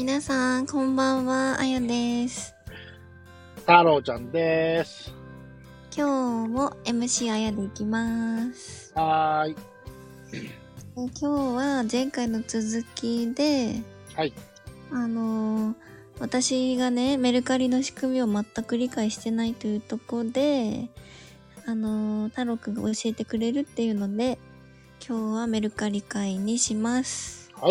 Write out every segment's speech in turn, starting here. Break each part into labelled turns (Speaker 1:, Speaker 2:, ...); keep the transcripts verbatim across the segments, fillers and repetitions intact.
Speaker 1: 皆さん、こんばんは、あやです。
Speaker 2: 太郎ちゃんです。
Speaker 1: 今日も エムシー あやでいきます。
Speaker 2: はーい。
Speaker 1: 今日は前回の続きで、
Speaker 2: はい。
Speaker 1: あのー、私がね、メルカリの仕組みを全く理解してないというとこで、あのー、太郎くんが教えてくれるっていうので、今日はメルカリ会にします。
Speaker 2: はい。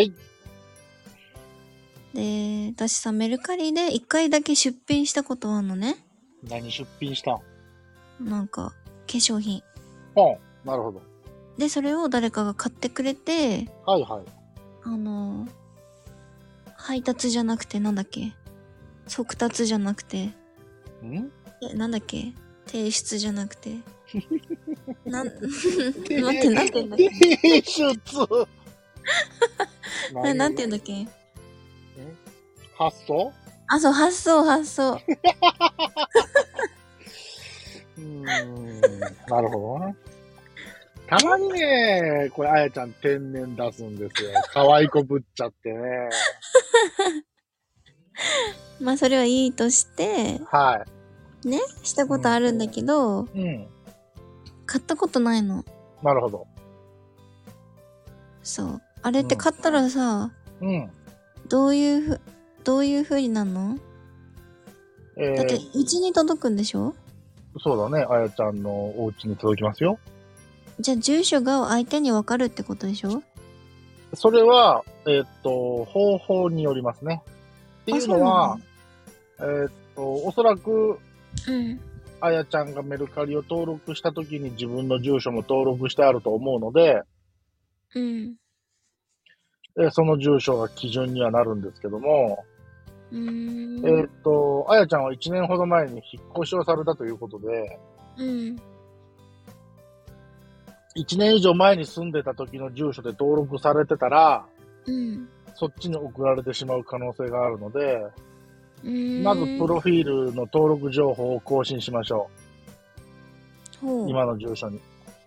Speaker 1: で、私さ、メルカリで一回だけ出品したことあるのね。
Speaker 2: 何出品したん？
Speaker 1: なんか、化粧品。
Speaker 2: ほん。なるほど。
Speaker 1: で、それを誰かが買ってくれて、
Speaker 2: はいはい。
Speaker 1: あの、配達じゃなくてなんだっけ？速達じゃなくて、
Speaker 2: ん
Speaker 1: え、なんだっけ？提出じゃなくて。なん、待って、なんて言うんだっけ？
Speaker 2: 提出
Speaker 1: ななんて言うんだっけ？
Speaker 2: 発送？
Speaker 1: あ、そう、発送、発送。
Speaker 2: うーん。なるほどね。たまにね、これ、あやちゃん天然出すんですよ。可愛い子ぶっちゃってね。
Speaker 1: まあ、それはいいとして、
Speaker 2: は
Speaker 1: ね、したことあるんだけど、
Speaker 2: い。うん。
Speaker 1: 買ったことないの。
Speaker 2: なるほど。
Speaker 1: そう。あれって買ったらさ、
Speaker 2: うん。
Speaker 1: どういうふ、どういう風になるの？
Speaker 2: え
Speaker 1: だって、
Speaker 2: ー、
Speaker 1: うちに届くんでしょ？
Speaker 2: そうだね。あやちゃんのお家に届きますよ。
Speaker 1: じゃあ、住所が相手にわかるってことでしょ？
Speaker 2: それは、えーっと、方法によりますね。っていうのは、えーっと、おそらく、
Speaker 1: うん。
Speaker 2: あやちゃんがメルカリを登録したときに自分の住所も登録してあると思うので、
Speaker 1: うん。
Speaker 2: えその住所が基準にはなるんですけども、
Speaker 1: うーん。
Speaker 2: えーっと、あやちゃんはいちねんほど前に引っ越しをされたということで、
Speaker 1: うん。
Speaker 2: いちねん以上前に住んでた時の住所で登録されてたら、
Speaker 1: うん。
Speaker 2: そっちに送られてしまう可能性があるので、
Speaker 1: うーん。
Speaker 2: まずプロフィールの登録情報を更新しましょう。
Speaker 1: ほう。
Speaker 2: 今の住所に。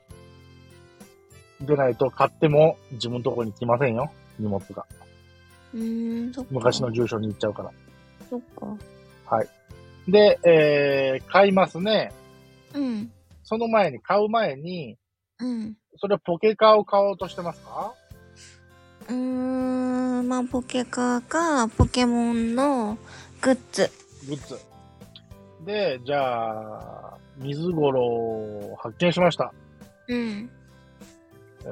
Speaker 2: でないと買っても自分のとこに来ませんよ。荷物が。
Speaker 1: うーん、そっか。
Speaker 2: 昔の住所に行っちゃうから。
Speaker 1: そっか。
Speaker 2: はい。で、えー、買いますね。
Speaker 1: うん。
Speaker 2: その前に、買う前に、
Speaker 1: うん。
Speaker 2: それはポケカーを買おうとしてますか？
Speaker 1: うーん、まあ、ポケカーか、ポケモンのグッズ。
Speaker 2: グッズ。で、じゃあ、水ごろを発見しました。
Speaker 1: うん。
Speaker 2: え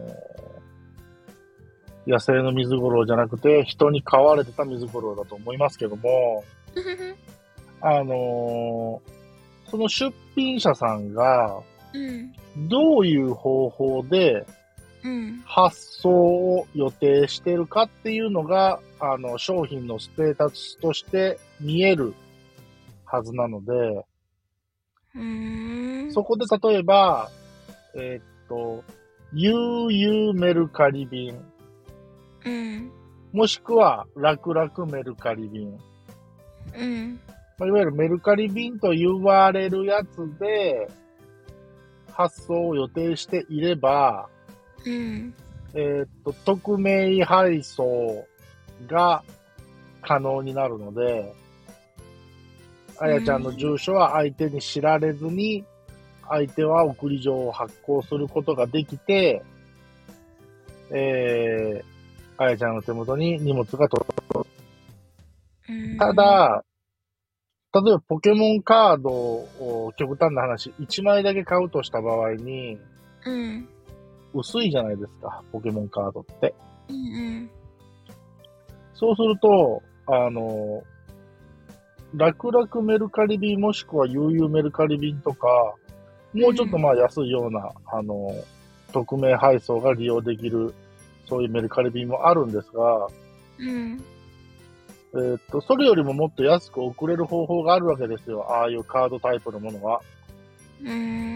Speaker 2: ー、野生の水ごろじゃなくて、人に飼われてた水ごろだと思いますけども、あのー、その出品者さんが、
Speaker 1: うん。
Speaker 2: どういう方法で
Speaker 1: うん。
Speaker 2: 発送を予定してるかっていうのが、あの、商品のステータスとして見えるはずなので、
Speaker 1: うーん。
Speaker 2: そこで例えば、えーっと、悠々メルカリ便、
Speaker 1: うん。
Speaker 2: もしくは楽々メルカリ便、
Speaker 1: うん。
Speaker 2: まあいわゆるメルカリ便と言われるやつで発送を予定していれば、
Speaker 1: うん。
Speaker 2: えーっと、匿名配送が可能になるので、あやちゃんの住所は相手に知られずに、相手は送り状を発行することができて、えー、あやちゃんの手元に荷物が届く。ただ、例えばポケモンカードを極端な話、いちまいだけ買うとした場合に、
Speaker 1: うん。
Speaker 2: 薄いじゃないですか、ポケモンカードって。
Speaker 1: うん。
Speaker 2: そうすると、あの、楽々メルカリ便もしくは悠々メルカリ便とか、もうちょっとまあ安いような、あの、匿名配送が利用できる、そういうメルカリ便もあるんですが、
Speaker 1: うん。
Speaker 2: えーっと、それよりももっと安く送れる方法があるわけですよ。ああいうカードタイプのものは。
Speaker 1: うん。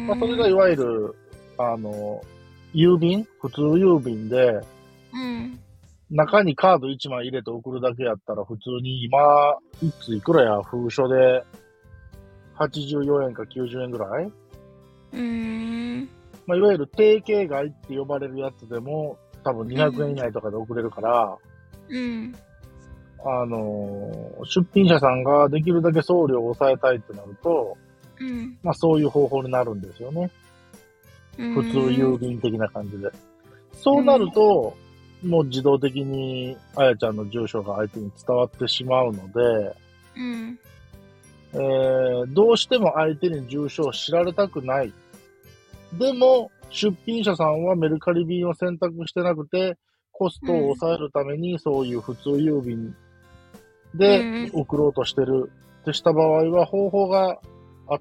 Speaker 2: まあ、それがいわゆる、あの、郵便普通郵便で、
Speaker 1: うん。
Speaker 2: 中にカードいちまい入れて送るだけやったら、普通に今、いついくらや、封書で、はちじゅうよえんかきゅうじゅうえんぐらい、
Speaker 1: うん。
Speaker 2: まあ、いわゆる定型外って呼ばれるやつでも、多分にひゃくえん以内とかで送れるから、
Speaker 1: うん。
Speaker 2: あのー出品者さんができるだけ送料を抑えたいってなると、
Speaker 1: うん。
Speaker 2: まあそういう方法になるんですよね。普通郵便的な感じで。そうなると、もう自動的にあやちゃんの住所が相手に伝わってしまうので、
Speaker 1: うん。
Speaker 2: えー、どうしても相手に住所を知られたくない。でも、出品者さんはメルカリ便を選択してなくて、コストを抑えるためにそういう普通郵便で送ろうとしてるってした場合は方法があって、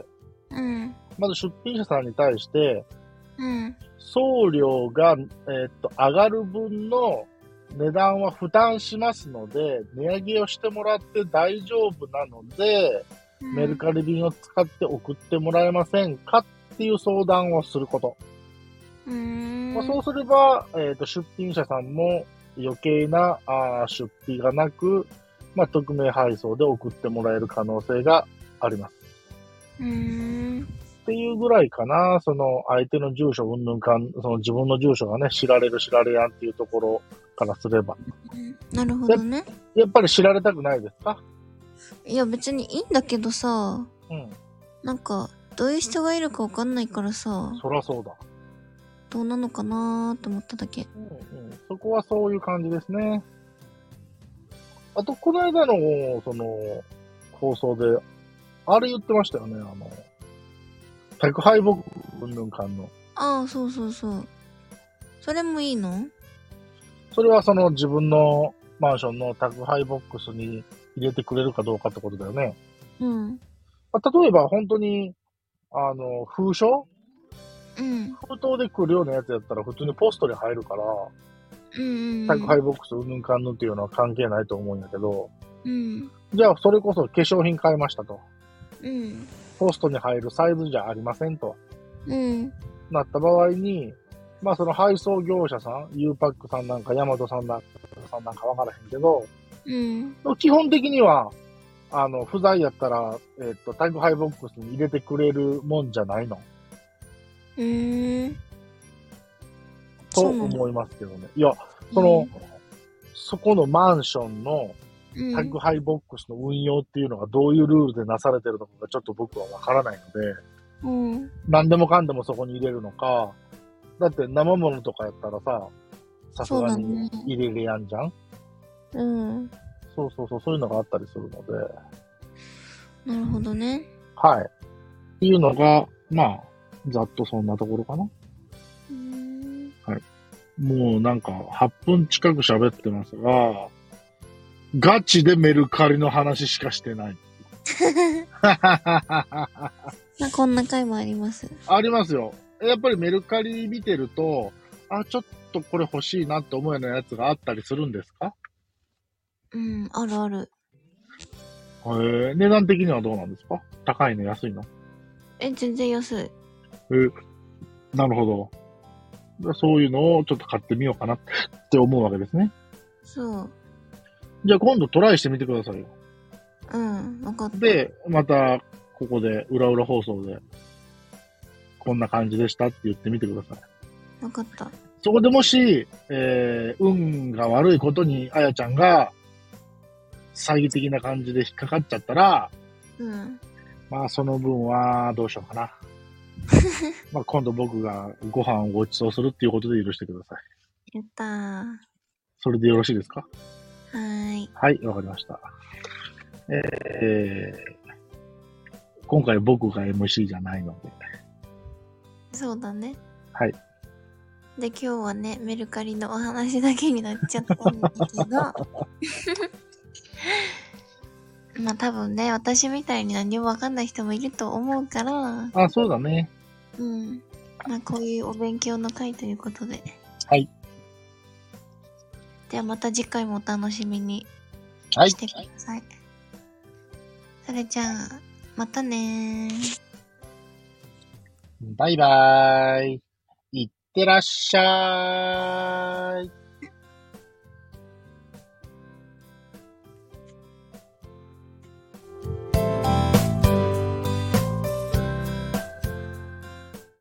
Speaker 1: うん。
Speaker 2: まず出品者さんに対して、
Speaker 1: うん。
Speaker 2: 送料が、えーっと、上がる分の値段は負担しますので、値上げをしてもらって大丈夫なので、メルカリ便を使って送ってもらえませんかっていう相談をすること。
Speaker 1: うーん。
Speaker 2: まあ、そうすれば、えーっと、出品者さんも余計なあー出費がなく、まあ、匿名配送で送ってもらえる可能性があります。
Speaker 1: うーん。
Speaker 2: っていうぐらいかな、その相手の住所うんぬんかん、その自分の住所がね、知られる知られやんっていうところからすれば。
Speaker 1: なるほどね。
Speaker 2: やっぱり知られたくないですか？
Speaker 1: いや別にいいんだけどさ、
Speaker 2: うん。
Speaker 1: なんか、どういう人がいるかわかんないからさ、
Speaker 2: そらそうだ。
Speaker 1: どうなのかなーって思っただけ。
Speaker 2: うんうん。そこはそういう感じですね。あと、この間の、その、放送で、あれ言ってましたよね、あの、宅配ボックスうんぬんかんの。
Speaker 1: ああ、そうそうそう。それもいいの？
Speaker 2: それはその自分のマンションの宅配ボックスに入れてくれるかどうかってことだよね。
Speaker 1: うん。
Speaker 2: まあ、例えば本当に、あの、封書
Speaker 1: うん。
Speaker 2: 封筒で来るようなやつやったら普通にポストに入るから、
Speaker 1: うんうんうん。
Speaker 2: 宅配ボックスうんぬんかんぬんっていうのは関係ないと思うんやけど、
Speaker 1: うん。
Speaker 2: じゃあそれこそ化粧品買いましたと。
Speaker 1: うん。
Speaker 2: ポストに入るサイズじゃありませんと
Speaker 1: うん。
Speaker 2: なった場合に、まあその配送業者さん、ユーパックさんなんかヤマトさんなんかさんなんかわからへんけど、
Speaker 1: うん。
Speaker 2: 基本的には、あの、不在やったら、えっと、宅配ボックスに入れてくれるもんじゃないの
Speaker 1: うーん。
Speaker 2: と
Speaker 1: そうなんだ。
Speaker 2: 思いますけどね。いや、その、そこのマンションの
Speaker 1: うん。
Speaker 2: 宅配ボックスの運用っていうのがどういうルールでなされてるのかがちょっと僕はわからないので、
Speaker 1: うん。
Speaker 2: 何でもかんでもそこに入れるのか、だって生物とかやったらさ、さすがに入れれやんじゃん、
Speaker 1: うん。
Speaker 2: そうそうそう、そういうのがあったりするので、
Speaker 1: なるほどね。
Speaker 2: はい。っていうのが、まあ、ざっとそんなところかな。
Speaker 1: うーん。
Speaker 2: はい。もうなんかはっぷん近く喋ってますが、ガチでメルカリの話しかしてない。
Speaker 1: まあ、こんな回もあります。
Speaker 2: ありますよ。やっぱりメルカリ見てると、あ、ちょっとこれ欲しいなって思うようなやつがあったりするんですか？
Speaker 1: うん、あるある。
Speaker 2: へえ、値段的にはどうなんですか？高いの安いの？
Speaker 1: え、全然安い。
Speaker 2: え、なるほど。そういうのをちょっと買ってみようかなって思うわけですね。
Speaker 1: そう。
Speaker 2: じゃあ今度トライしてみてくださいよ。
Speaker 1: うん、わかった。
Speaker 2: で、またここで裏裏放送でこんな感じでしたって言ってみてください。
Speaker 1: わかった。
Speaker 2: そこでもし、えー、運が悪いことにあやちゃんが詐欺的な感じで引っかかっちゃったら、
Speaker 1: うん。
Speaker 2: まあその分はどうしようかな。まあ今度僕がご飯をご馳走するっていうことで許してください。
Speaker 1: やったー。
Speaker 2: それでよろしいですか？
Speaker 1: はーい。
Speaker 2: はい、わかりました。えー、今回僕が エムシー じゃないので。
Speaker 1: そうだね。
Speaker 2: はい。
Speaker 1: で、今日はね、メルカリのお話だけになっちゃったんだけど、まあ多分ね、私みたいに何もわかんない人もいると思うから、
Speaker 2: あ、そうだね。
Speaker 1: うん。まあこういうお勉強の回ということで。
Speaker 2: はい。
Speaker 1: ではまた次回もお楽しみに
Speaker 2: はい
Speaker 1: し。てください。それじゃあ、またねー。
Speaker 2: バイバーイ。いってらっしゃーい。